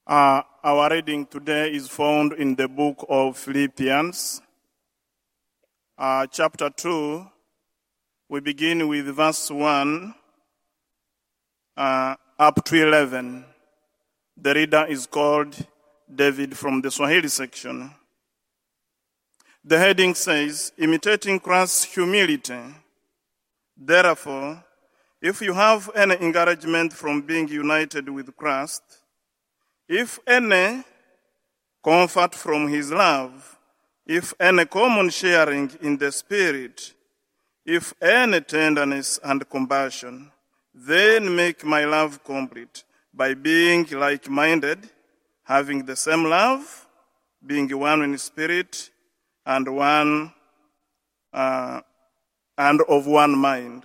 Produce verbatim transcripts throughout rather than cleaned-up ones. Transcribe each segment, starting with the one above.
Uh, our reading today is found in the book of Philippians, uh, chapter two. We begin with verse one uh, up to eleven. The reader is called David from the Swahili section. The heading says, Imitating Christ's Humility. Therefore, if you have any encouragement from being united with Christ, if any comfort from his love, if any common sharing in the Spirit, if any tenderness and compassion, then make my love complete by being like-minded, having the same love, being one in spirit, and one uh, and of one mind.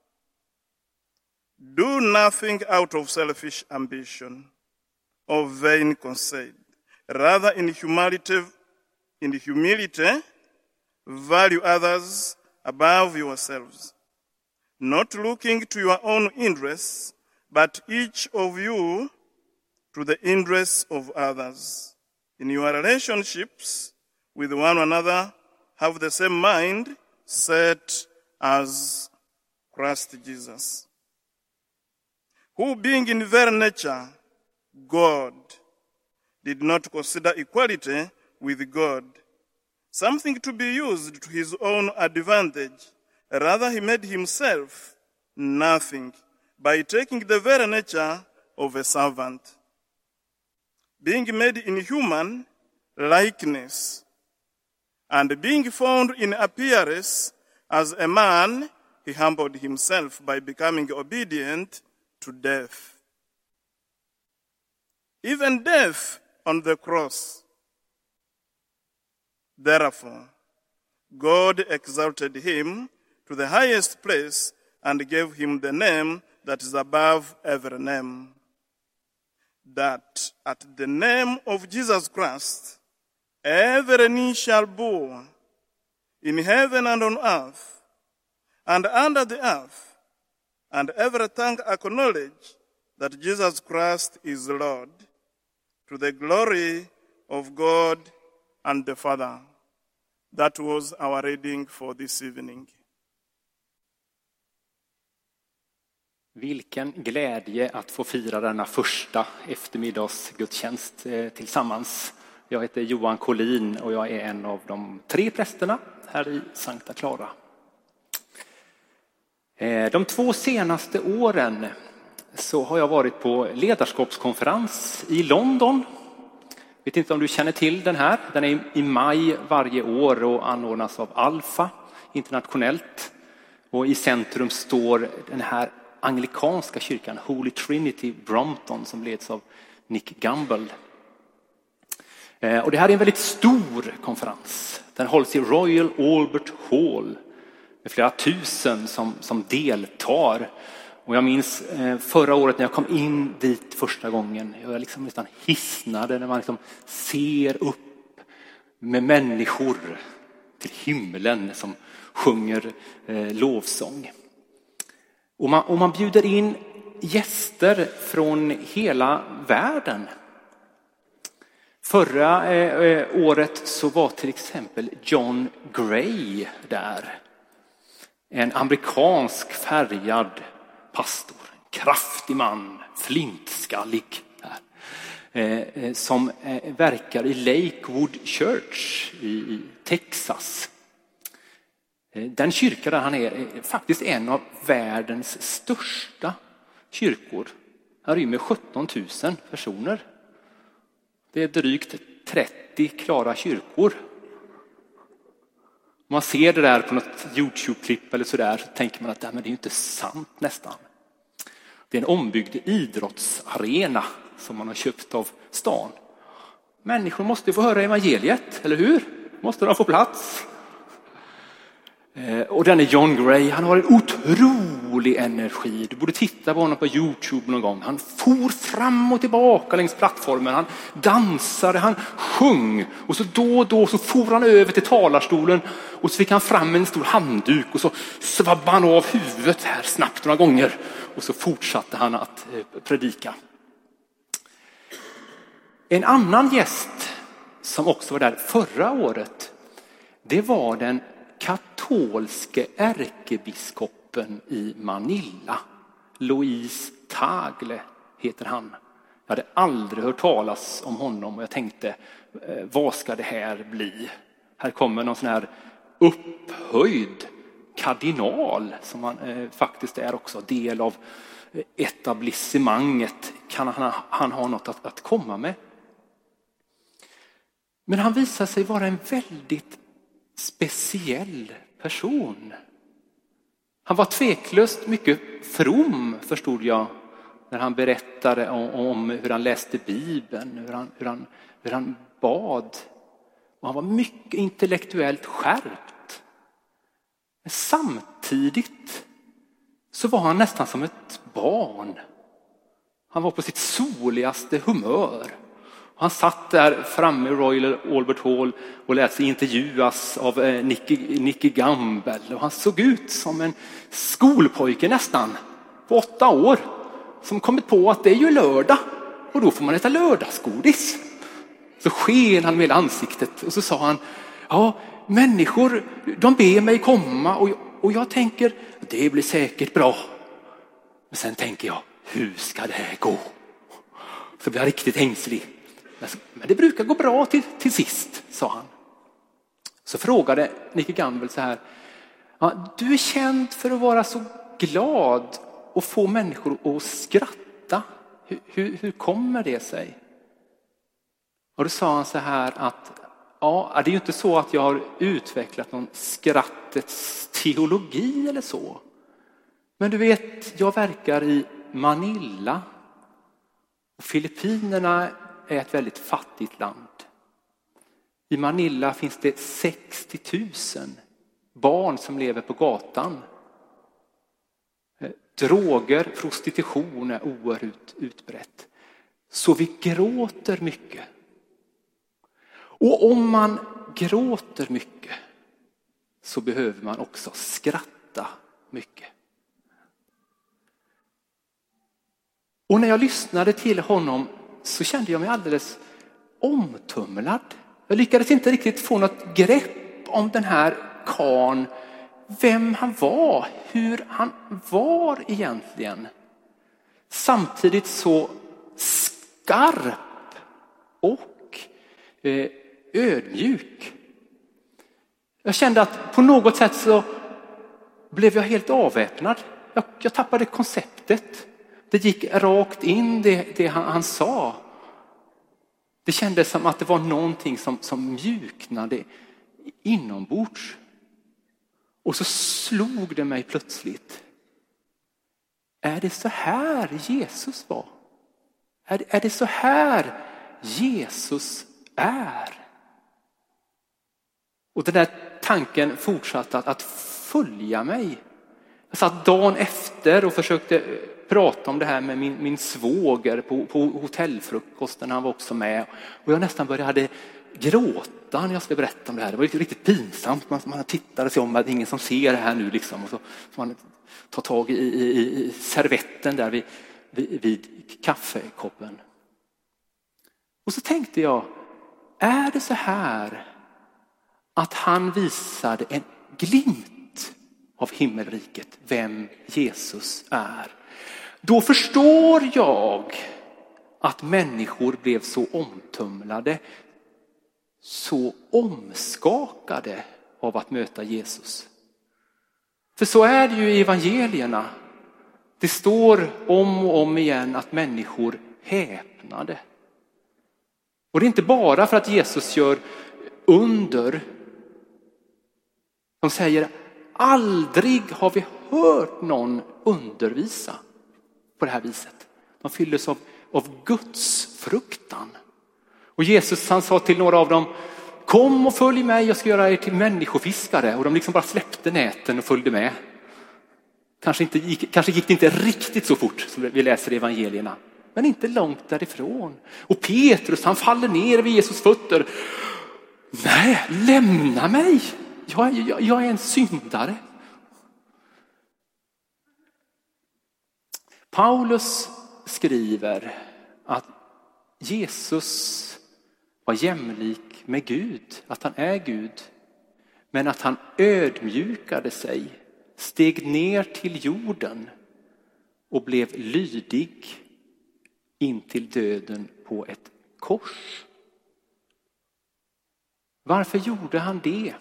Do nothing out of selfish ambition or vain conceit. Rather, in humility, in humility, value others above yourselves, not looking to your own interests, but each of you to the interests of others. In your relationships with one another, have the same mind set as Christ Jesus, who being in very nature God, did not consider equality with God something to be used to his own advantage. Rather, he made himself nothing by taking the very nature of a servant. Being made in human likeness, and being found in appearance as a man, he humbled himself by becoming obedient to death, even death on the cross. Therefore, God exalted him to the highest place and gave him the name that is above every name, that at the name of Jesus Christ, every knee shall bow, in heaven and on earth, and under the earth, and every tongue acknowledge that Jesus Christ is Lord, to the glory of God and the Father. That was our reading for this evening. Vilken glädje att få fira denna första eftermiddagsgudstjänst tillsammans. Jag heter Johan Collin och jag är en av de tre prästerna här i Sankta Clara. De två senaste åren så har jag varit på ledarskapskonferens i London. Jag vet inte om du känner till den här. Den är i maj varje år och anordnas av Alfa internationellt. Och i centrum står den här anglikanska kyrkan Holy Trinity Brompton som leds av Nick Gumbel. Och det här är en väldigt stor konferens. Den hålls i Royal Albert Hall med flera tusen som, som deltar. Och jag minns eh, förra året när jag kom in dit första gången. Jag liksom nästan hissnade när man liksom ser upp med människor till himlen som sjunger eh, lovsång. Och man, och man bjuder in gäster från hela världen. Förra eh, året så var till exempel John Gray där. En amerikansk färgad pastor, en kraftig man, flintskallig här, eh, som eh, verkar i Lakewood Church i, i Texas. Eh, den kyrka där han är, är faktiskt en av världens största kyrkor. Här rymmer sjutton tusen personer. Det är drygt trettio klara kyrkor. Om man ser det där på något YouTube-klipp eller sådär så tänker man att det är ju inte sant nästan. Det är en ombyggd idrottsarena som man har köpt av stan. Människor måste få höra evangeliet, eller hur? Måste de få plats? Och den är John Gray, han har en otrolig energi. Du borde titta på honom på YouTube någon gång. Han for fram och tillbaka längs plattformen. Han dansade, han sjöng. Och så då och då så for han över till talarstolen. Och så fick han fram en stor handduk. Och så svabbade han av huvudet här snabbt några gånger. Och så fortsatte han att predika. En annan gäst som också var där förra året, det var den katolske ärkebiskopen i Manila. Louis Tagle heter han. Jag hade aldrig hört talas om honom och jag tänkte, vad ska det här bli? Här kommer någon sån här upphöjd kardinal som han eh, faktiskt är också del av etablissemanget. Kan han, han ha något att, att komma med? Men han visar sig vara en väldigt speciell person. Han var tveklöst mycket from, förstod jag, när han berättade om, om hur han läste Bibeln, hur han, hur han, hur han bad. Och han var mycket intellektuellt skärpt. Men samtidigt så var han nästan som ett barn. Han var på sitt soligaste humör. Han satt där framme i Royal Albert Hall och lät sig intervjuas av Nicky, Nicky Gamble. Och han såg ut som en skolpojke nästan, på åtta år, som kommit på att det är ju lördag och då får man äta lördagsgodis. Så sken han med ansiktet och så sa han, ja, människor, de ber mig komma och jag, och jag tänker, det blir säkert bra. Men sen tänker jag, hur ska det här gå? Så blir jag riktigt ängslig. Men det brukar gå bra till, till sist, sa han. Så frågade Nicky Gamble så här, ja, du är känd för att vara så glad och få människor att skratta. Hur, hur, hur kommer det sig? Och då sa han så här att ja, det är ju inte så att jag har utvecklat någon skrattets teologi eller så. Men du vet, jag verkar i Manila. Och Filippinerna är ett väldigt fattigt land. I Manila finns det sextio tusen barn som lever på gatan. Droger, prostitution är oerhört utbrett. Så vi gråter mycket. Och om man gråter mycket så behöver man också skratta mycket. Och när jag lyssnade till honom så kände jag mig alldeles omtumlad. Jag lyckades inte riktigt få något grepp om den här karln, vem han var, hur han var egentligen. Samtidigt så skarp och eh, ödmjuk. Jag kände att på något sätt så blev jag helt avväpnad. Jag, jag tappade konceptet. Det gick rakt in det, det han, han sa. Det kändes som att det var någonting som, som mjuknade inombords. Och så slog det mig plötsligt. Är det så här Jesus var? Är det, är det så här Jesus är? Och den där tanken fortsatte att, att följa mig. Jag satt dagen efter och försökte prata om det här med min, min svåger på, på hotellfrukosten. Han var också med. Och jag nästan började gråta när jag skulle berätta om det här. Det var riktigt pinsamt. Man, man tittade sig om att ingen som ser det här nu. Liksom. Och så, så man tar tag i, i, i servetten där vid, vid, vid kaffekoppen. Och så tänkte jag, är det så här att han visade en glimt av himmelriket, vem Jesus är? Då förstår jag att människor blev så omtumlade, så omskakade av att möta Jesus. För så är det ju i evangelierna. Det står om och om igen att människor häpnade. Och det är inte bara för att Jesus gör under. De säger, aldrig har vi hört någon undervisa på det här viset. De fylldes av, av Guds fruktan. Och Jesus, han sa till några av dem, kom och följ mig, jag ska göra er till människofiskare. Och de liksom bara släppte näten och följde med. Kanske, inte gick, kanske gick det inte riktigt så fort som vi läser i evangelierna. Men inte långt därifrån. Och Petrus, han faller ner vid Jesus fötter. Nej, lämna mig. Jag, jag, jag är en syndare. Paulus skriver att Jesus var jämlik med Gud, att han är Gud, men att han ödmjukade sig, steg ner till jorden och blev lydig in till döden på ett kors. Varför gjorde han det?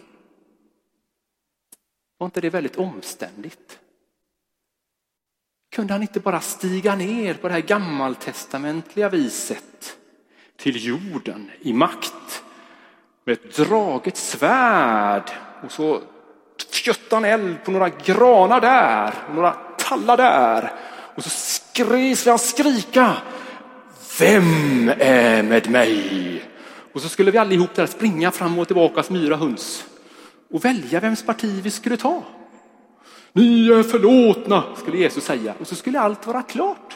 Var inte det väldigt omständigt? Kunde han inte bara stiga ner på det här gammaltestamentliga viset till jorden i makt med ett draget svärd och så fjötte han eld på några granar där och några tallar där och så skrev han skrika: vem är med mig? Och så skulle vi allihop där springa fram och tillbaka som myra höns och välja vems parti vi skulle ta. Ni är förlåtna, skulle Jesus säga. Och så skulle allt vara klart.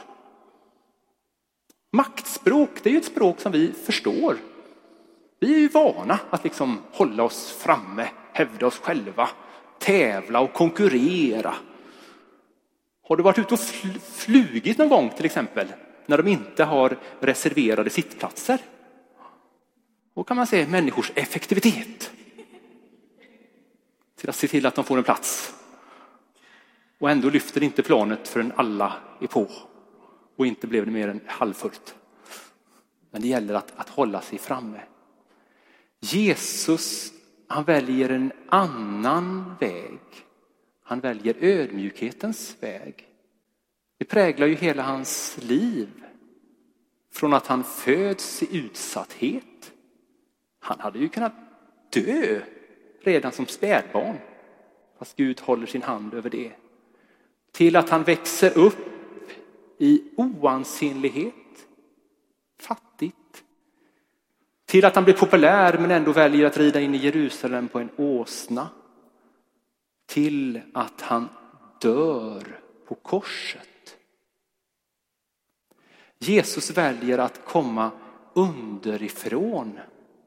Maktspråk, det är ju ett språk som vi förstår. Vi är ju vana att liksom hålla oss framme, hävda oss själva, tävla och konkurrera. Har du varit ute och fl- flugit någon gång till exempel, när de inte har reserverade sittplatser? Då kan man se människors effektivitet till att se till att de får en plats. Och ändå lyfter inte planet förrän alla är på. Och inte blev det mer än halvfullt. Men det gäller att, att hålla sig framme. Jesus, han väljer en annan väg. Han väljer ödmjukhetens väg. Det präglar ju hela hans liv. Från att han föds i utsatthet. Han hade ju kunnat dö redan som spädbarn. Fast Gud håller sin hand över det. Till att han växer upp i oansenlighet. Fattigt. Till att han blir populär men ändå väljer att rida in i Jerusalem på en åsna. Till att han dör på korset. Jesus väljer att komma underifrån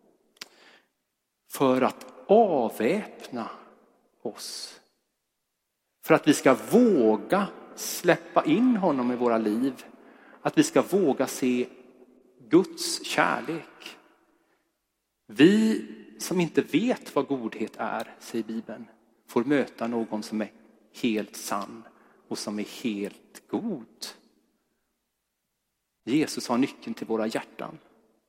för att avväpna oss. För att vi ska våga släppa in honom i våra liv. Att vi ska våga se Guds kärlek. Vi som inte vet vad godhet är, säger Bibeln, får möta någon som är helt sann och som är helt god. Jesus har nyckeln till våra hjärtan.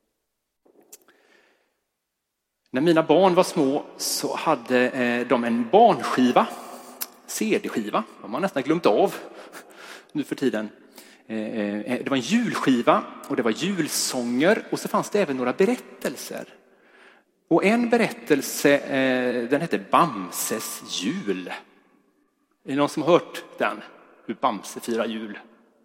När mina barn var små så hade de en barnskiva, C D-skiva. De har nästan glömt av nu för tiden. Det var en julskiva och det var julsånger och så fanns det även några berättelser. Och en berättelse, den hette Bamses jul. Är det någon som har hört den? Hur Bamse firar jul?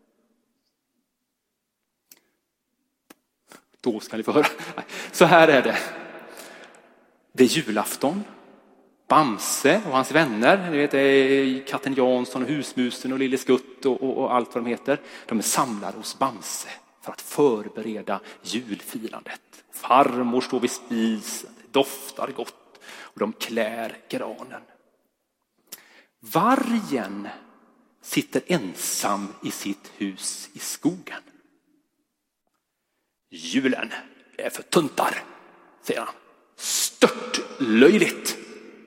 Då ska ni få höra. Så här är det. Det är julafton. Bamse och hans vänner, ni vet, det är katten Jansson och husmusen och Lille Skutt och, och, och allt vad de heter. De är samlade hos Bamse för att förbereda julfirandet. Farmor står vid spisen, det doftar gott och de klär granen. Vargen sitter ensam i sitt hus i skogen. Julen är för tuntar, säger han. Stört löjligt.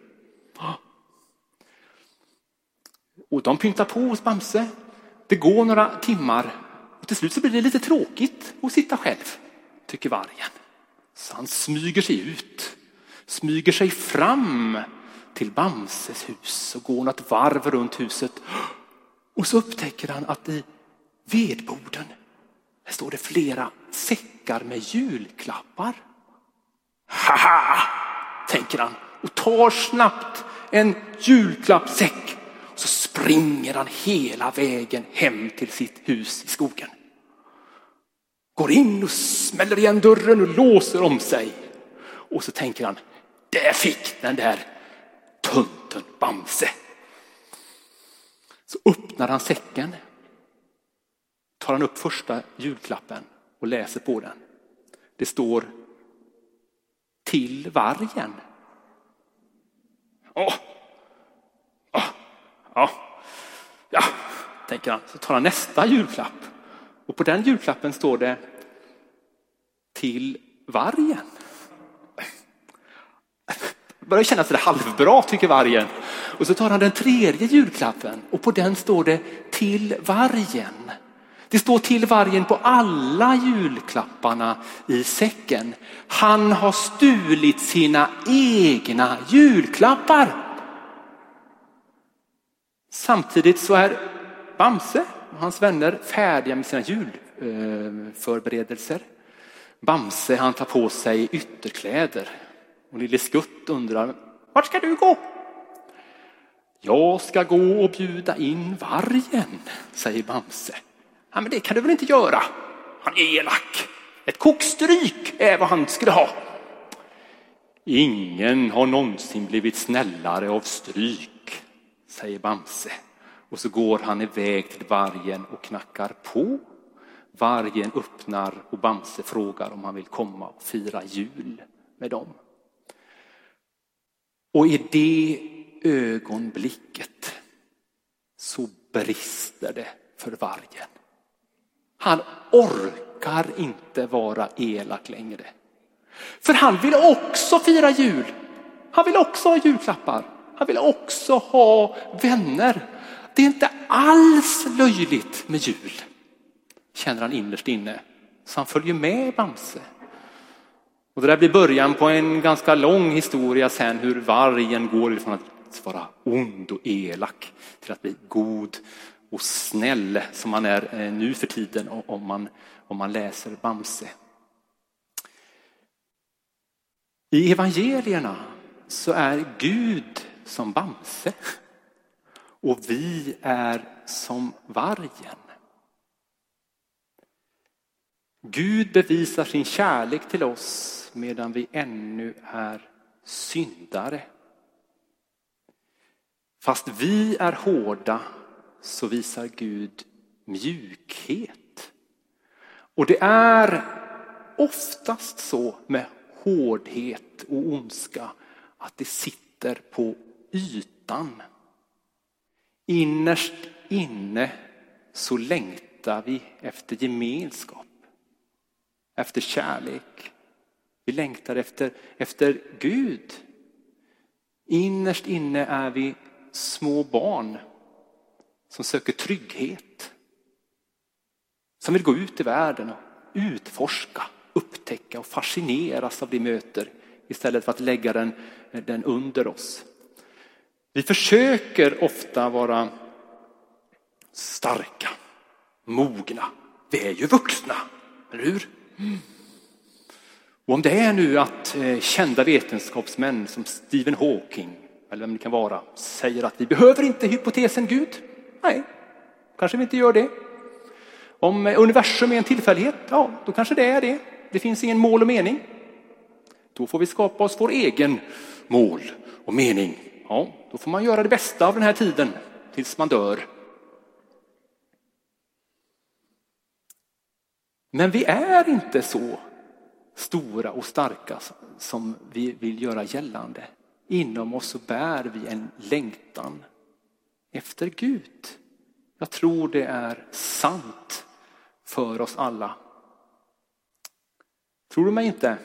Och de pyntar på hos Bamse. Det går några timmar och till slut så blir det lite tråkigt att sitta själv, tycker vargen. Så han smyger sig ut, smyger sig fram till Bamses hus och går något varv runt huset. Och så upptäcker han att i vedboden där står det flera säckar med julklappar. Haha, tänker han och tar snabbt en julklappsäck. Så springer han hela vägen hem till sitt hus i skogen. Går in och smäller igen dörren och låser om sig. Och så tänker han, där fick den där tunten Bamse. Så öppnar han säcken. Tar han upp första julklappen och läser på den. Det står till vargen. Åh! Åh! Ja, ja, tänker han. Så tar han nästa julklapp. Och på den julklappen står det: till vargen. Börjar kännas det halvbra, tycker vargen. Och så tar han den tredje julklappen och på den står det till vargen. Det står till vargen på alla julklapparna i säcken. Han har stulit sina egna julklappar. Samtidigt så är Bamse och hans vänner färdiga med sina julförberedelser. Bamse, han tar på sig ytterkläder. Och Lille Skutt undrar, vart ska du gå? Jag ska gå och bjuda in vargen, säger Bamse. Ja, men det kan du väl inte göra? Han är elak. Ett kokstryk är vad han skulle ha. Ingen har någonsin blivit snällare av stryk, säger Bamse. Och så går han iväg till vargen och knackar på. Vargen öppnar och Bamse frågar om han vill komma och fira jul med dem. Och i det ögonblicket så brister det för vargen. Han orkar inte vara elak längre. För han vill också fira jul. Han vill också ha julklappar. Han vill också ha vänner. Det är inte alls löjligt med jul, känner han innerst inne. Så han följer med Bamse. Och det där blir början på en ganska lång historia sen, hur vargen går ifrån att vara ond och elak till att bli god och snäll som man är nu för tiden om man, om man läser Bamse. I evangelierna så är Gud som Bamse och vi är som vargen. Gud bevisar sin kärlek till oss medan vi ännu är syndare. Fast vi är hårda så visar Gud mjukhet. Och det är oftast så med hårdhet och ondska att det sitter på ytan. Innerst inne så längtar vi efter gemenskap, efter kärlek. Vi längtar efter, efter Gud. Innerst inne är vi små barn som söker trygghet. Som vill gå ut i världen och utforska, upptäcka och fascineras av det möter istället för att lägga den, den under oss. Vi försöker ofta vara starka, mogna. Vi är ju vuxna, eller hur? Mm. Och om det är nu att eh, kända vetenskapsmän som Stephen Hawking eller vem det kan vara säger att vi behöver inte hypotesen Gud. Nej, kanske vi inte gör det. Om universum är en tillfällighet, ja, då kanske det är det. Det finns ingen mål och mening. Då får vi skapa oss vår egen mål och mening. Ja, då får man göra det bästa av den här tiden tills man dör. Men vi är inte så stora och starka som vi vill göra gällande. Inom oss så bär vi en längtan efter Gud. Jag tror det är sant för oss alla. Tror du mig inte?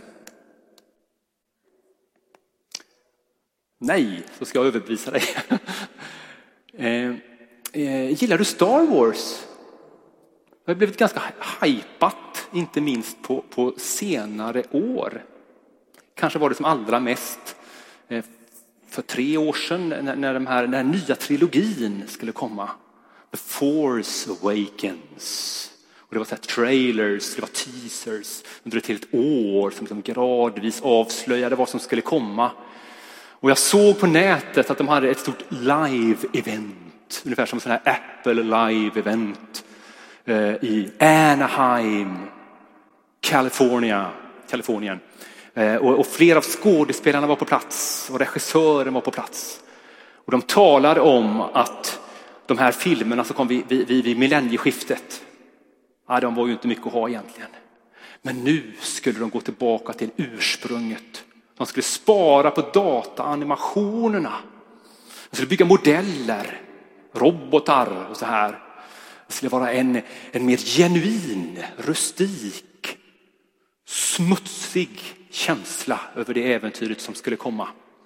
Nej, så ska jag överbevisa dig. eh, eh, gillar du Star Wars? Det har blivit ganska hypat, inte minst på, på senare år. Kanske var det som allra mest eh, för tre år sedan när, när, de här, när den nya trilogin skulle komma. The Force Awakens. Och det var så här trailers, det var teasers under ett helt år som liksom gradvis avslöjade vad som skulle komma. Och jag såg på nätet att de hade ett stort live-event. Ungefär som en sån här Apple live-event eh, i Anaheim, California, Kalifornien. Eh, och, och flera av skådespelarna var på plats och regissören var på plats. Och de talade om att de här filmerna som kom vid, vid, vid millennieskiftet, ja, de var ju inte mycket att ha egentligen. Men nu skulle de gå tillbaka till ursprunget. De skulle spara på dataanimationerna. De skulle bygga modeller, robotar och så här. Det skulle vara en, en mer genuin, rustik smutsig känsla över det äventyret som skulle komma.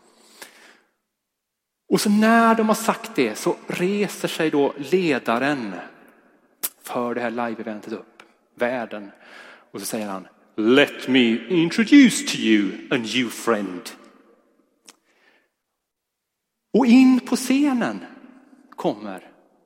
Och så när de har sagt det så reser sig då ledaren för det här live-eventet upp, världen. Och så säger han: Let me introduce to you a new friend. Och in på scenen kommer.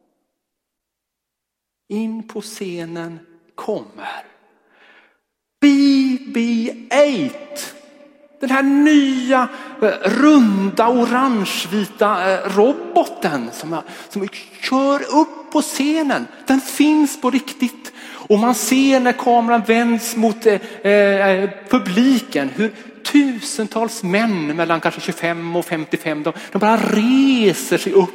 In på scenen kommer B B åtta. Den här nya runda orangevita roboten som, som kör upp på scenen. Den finns på riktigt. Och man ser när kameran vänds mot eh, publiken hur tusentals män mellan kanske tjugofem och femtiofem, de, de bara reser sig upp.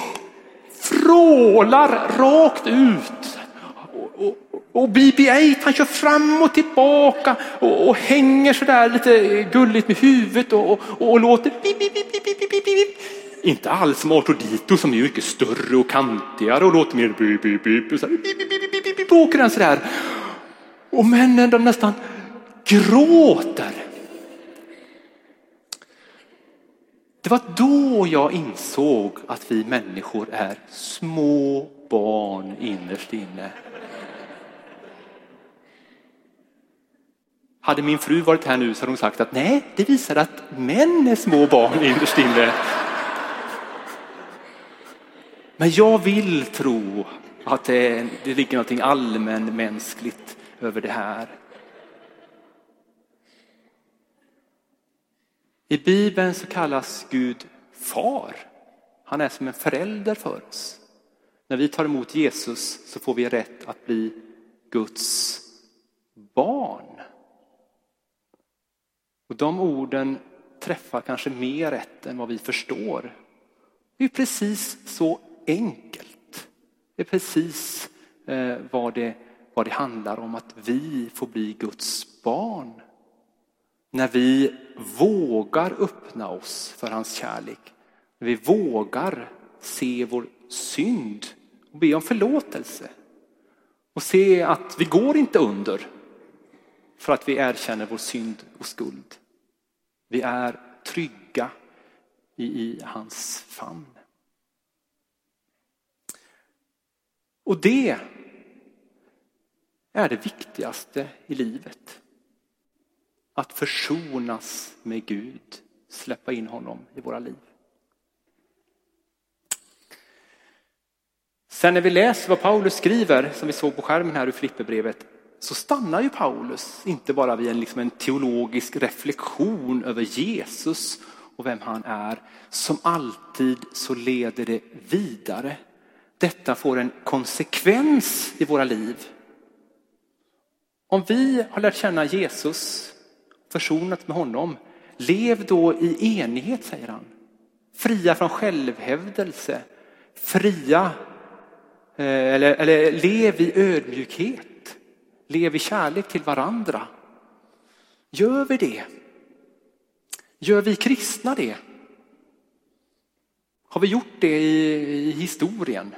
Vrålar rakt ut. Och, och, och B B åtta han kör fram och tillbaka och, och hänger så där lite gulligt med huvudet och, och, och låter bip, bip, bip, bip, bip, bip. Inte alls som Artodito som är mycket större och kantigare och låter mer bip, bip, bip, och så här, bip, bip, bip, bip, bip, åker den så där. Och männen de nästan gråter. Det var då jag insåg att vi människor är små barn innerst inne. Hade min fru varit här nu så hade hon sagt att nej, det visar att män är små barn innerst inne. Men jag vill tro att det, det ligger något allmänmänskligt över det här. I Bibeln så kallas Gud far. Han är som en förälder för oss. När vi tar emot Jesus så får vi rätt att bli Guds barn. Och de orden träffar kanske mer rätt än vad vi förstår. Det är precis så enkelt. Det är precis eh, vad, det, vad det handlar om, att vi får bli Guds barn. När vi vågar öppna oss för hans kärlek. När vi vågar se vår synd och be om förlåtelse. Och se att vi går inte under för att vi erkänner vår synd och skuld. Vi är trygga i, i hans famn. Och det är det viktigaste i livet. Att försonas med Gud. Släppa in honom i våra liv. Sen när vi läser vad Paulus skriver, som vi såg på skärmen här ur Filipperbrevet, så stannar ju Paulus inte bara vid en, liksom en teologisk reflektion över Jesus och vem han är. Som alltid så leder det vidare. Detta får en konsekvens i våra liv. Om vi har lärt känna Jesus, försonat med honom, lev då i enighet, säger han. Fria från självhävdelse. Fria, eller, eller lev i ödmjukhet. Lev i kärlek till varandra. Gör vi det? Gör vi kristna det? Har vi gjort det i, i historien?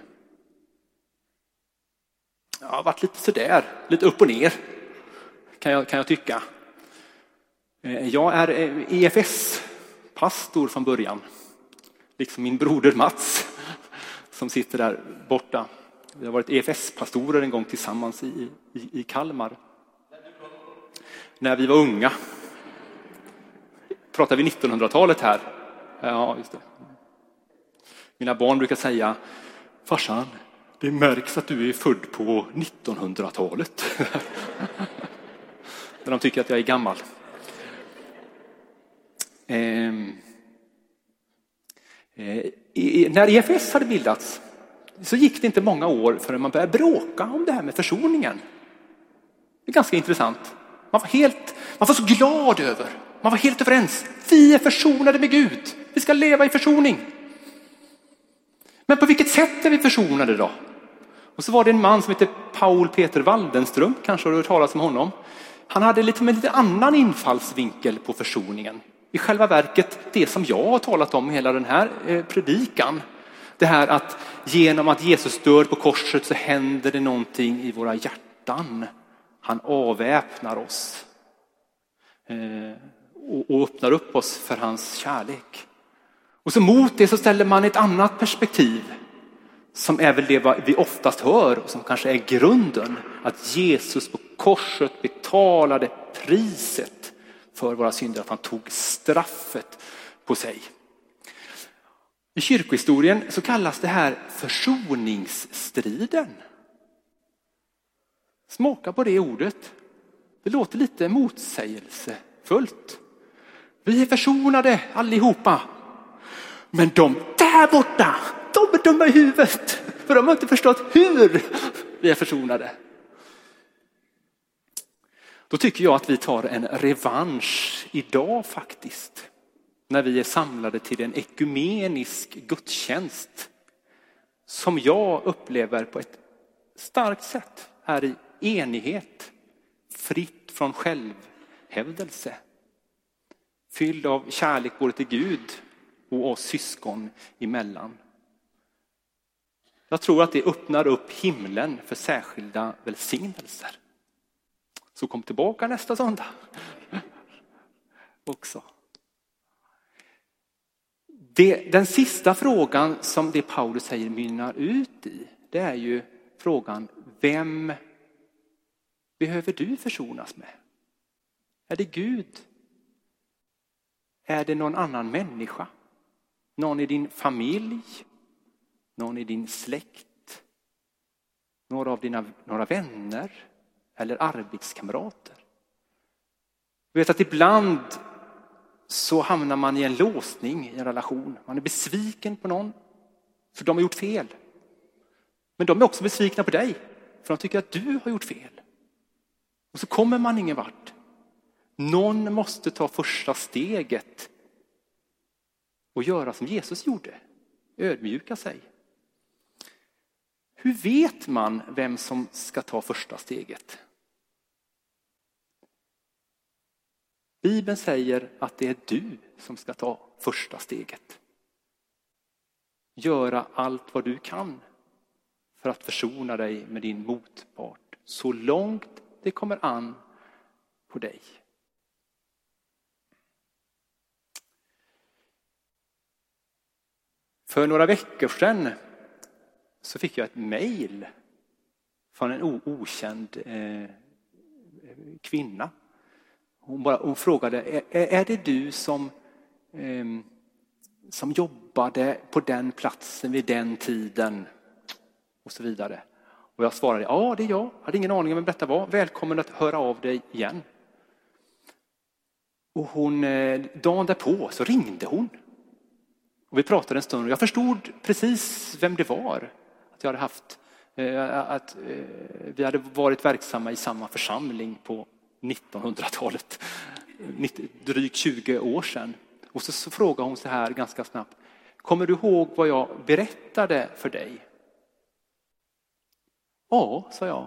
Ja, det har varit lite sådär, lite upp och ner kan jag, kan jag tycka. Jag är E F S-pastor från början. Liksom min broder Mats som sitter där borta. Vi har varit E F S-pastorer en gång tillsammans i, i, i Kalmar. När vi var unga. Pratar vi nittonhundratalet här? Ja, just det. Mina barn brukar säga: farsan, det märks att du är född på nittonhundratalet. När de tycker att jag är gammal. Ehm. Eh, när E F S hade bildats så gick det inte många år förrän man började bråka om det här med försoningen. Det är ganska intressant. Man var helt, man var så glad över. Man var helt överens. Vi är försonade med Gud. Vi ska leva i försoning. Men på vilket sätt är vi försonade då? Och så var det en man som heter Paul Peter Waldenström. Kanske har du hört talas om honom. Han hade lite med lite annan infallsvinkel på försoningen. I själva verket det som jag har talat om i hela den här eh, predikan. Det här att genom att Jesus dör på korset så händer det någonting i våra hjärtan. Han avväpnar oss. eh, och, och öppnar upp oss för hans kärlek. Och så mot det så ställer man ett annat perspektiv som är väl det vi oftast hör och som kanske är grunden. Att Jesus på korset betalade priset för våra synder, att han tog straffet på sig. I kyrkohistorien så kallas det här försoningsstriden. Smaka på det ordet. Det låter lite motsägelsefullt. Vi är försonade allihopa. Men de där borta, de är dumma i huvudet. För de har inte förstått hur vi är försonade. Då tycker jag att vi tar en revansch idag faktiskt. När vi är samlade till en ekumenisk gudstjänst. Som jag upplever på ett starkt sätt är i enighet. Fritt från självhävdelse. Fylld av kärlek både till Gud och oss syskon emellan. Jag tror att det öppnar upp himlen för särskilda välsignelser. Så kom tillbaka nästa söndag. Också. Det, den sista frågan som det Paulus säger mynnar ut i, det är ju frågan: vem behöver du försonas med? Är det Gud? Är det någon annan människa? Någon i din familj? Någon i din släkt? Några av dina några vänner? Eller arbetskamrater? Jag vet att ibland så hamnar man i en låsning i en relation. Man är besviken på någon för de har gjort fel. Men de är också besvikna på dig för de tycker att du har gjort fel. Och så kommer man ingen vart. Någon måste ta första steget och göra som Jesus gjorde. Ödmjuka sig. Hur vet man vem som ska ta första steget? Bibeln säger att det är du som ska ta första steget. Göra allt vad du kan för att försona dig med din motpart så långt det kommer an på dig. För några veckor sedan så fick jag ett mejl från en o- okänd eh, kvinna. Hon, bara, hon frågade, är, är det du som, eh, som jobbade på den platsen vid den tiden? Och så vidare. Och jag svarade, ja det är jag. Jag hade ingen aning om vem detta var. Välkommen att höra av dig igen. Och hon, eh, dagen därpå så ringde hon. Och vi pratade en stund och jag förstod precis vem det var. Att jag hade haft, eh, att eh, vi hade varit verksamma i samma församling på nittonhundratalet. Drygt tjugo år sedan. Och så, så frågade hon så här ganska snabbt. Kommer du ihåg vad jag berättade för dig? Ja, sa jag.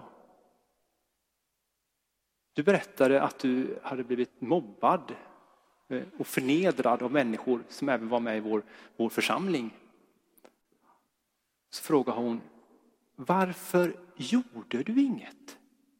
Du berättade att du hade blivit mobbad och förnedrad av människor som även var med i vår, vår församling. Så frågade hon, varför gjorde du inget?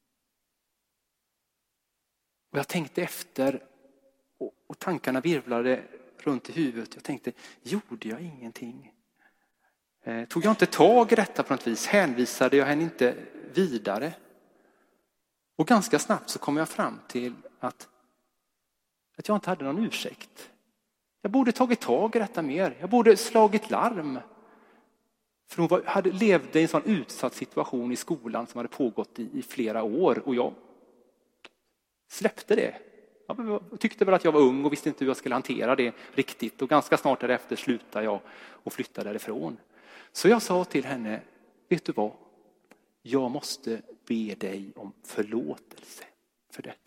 Och jag tänkte efter och, och tankarna virvlade runt i huvudet. Jag tänkte, gjorde jag ingenting? Eh, tog jag inte tag i detta på något vis? Hänvisade jag henne inte vidare? Och ganska snabbt så kom jag fram till att, att jag inte hade någon ursäkt. Jag borde tagit tag i detta mer. Jag borde slagit larm. För hon var, hade, levde i en sån utsatt situation i skolan som hade pågått i, i flera år. Och jag släppte det. Jag tyckte väl att jag var ung och visste inte hur jag skulle hantera det riktigt. Och ganska snart därefter slutade jag och flyttade därifrån. Så jag sa till henne, vet du vad? Jag måste be dig om förlåtelse för detta.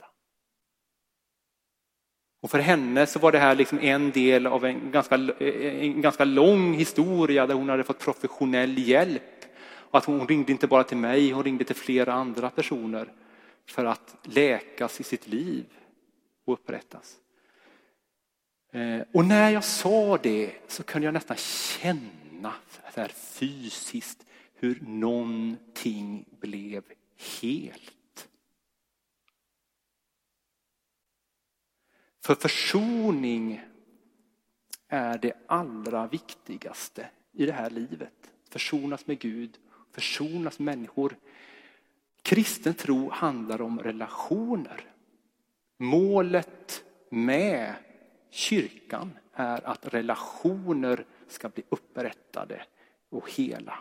Och för henne så var det här liksom en del av en ganska, en ganska lång historia där hon hade fått professionell hjälp. Och att hon ringde inte bara till mig, hon ringde till flera andra personer för att läkas i sitt liv och upprättas. Och när jag sa det så kunde jag nästan känna så här fysiskt hur någonting blev helt. För försoning är det allra viktigaste i det här livet. Försonas med Gud, försonas med människor. Kristen tro handlar om relationer. Målet med kyrkan är att relationer ska bli upprättade och hela.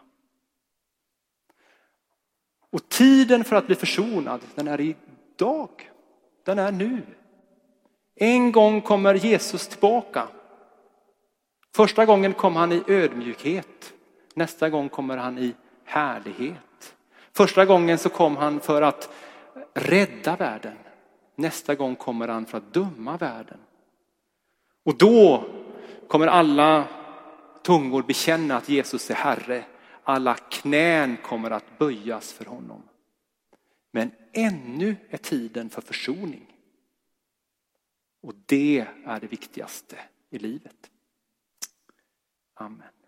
Och tiden för att bli försonad, den är idag. Den är nu. En gång kommer Jesus tillbaka. Första gången kom han i ödmjukhet. Nästa gång kommer han i härlighet. Första gången så kom han för att rädda världen. Nästa gång kommer han för att döma världen. Och då kommer alla tungor bekänna att Jesus är Herre. Alla knän kommer att böjas för honom. Men ännu är tiden för försoning. Och det är det viktigaste i livet. Amen.